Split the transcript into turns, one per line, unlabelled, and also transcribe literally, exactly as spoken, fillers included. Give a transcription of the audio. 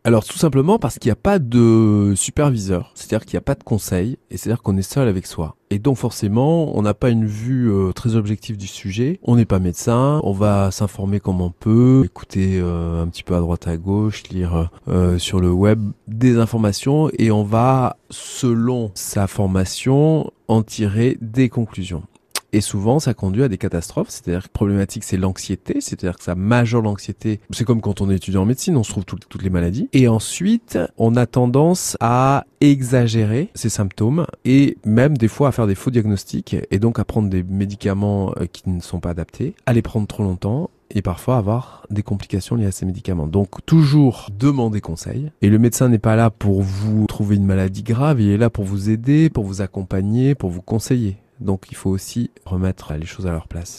Alors tout simplement parce qu'il n'y a pas de superviseur, c'est-à-dire qu'il n'y a pas de conseil, et c'est-à-dire qu'on est seul avec soi. Et donc forcément, on n'a pas une vue euh, très objective du sujet, on n'est pas médecin, on va s'informer comme on peut, écouter euh, un petit peu à droite à gauche, lire euh, sur le web des informations, et on va, selon sa formation, en tirer des conclusions. Et souvent, ça conduit à des catastrophes. C'est-à-dire que problématique, c'est l'anxiété. C'est-à-dire que ça majeure l'anxiété. C'est comme quand on est étudiant en médecine, on se trouve tout, toutes les maladies. Et ensuite, on a tendance à exagérer ces symptômes et même des fois à faire des faux diagnostics et donc à prendre des médicaments qui ne sont pas adaptés, à les prendre trop longtemps et parfois avoir des complications liées à ces médicaments. Donc toujours demander conseil. Et le médecin n'est pas là pour vous trouver une maladie grave, il est là pour vous aider, pour vous accompagner, pour vous conseiller. Donc il faut aussi remettre les choses à leur place.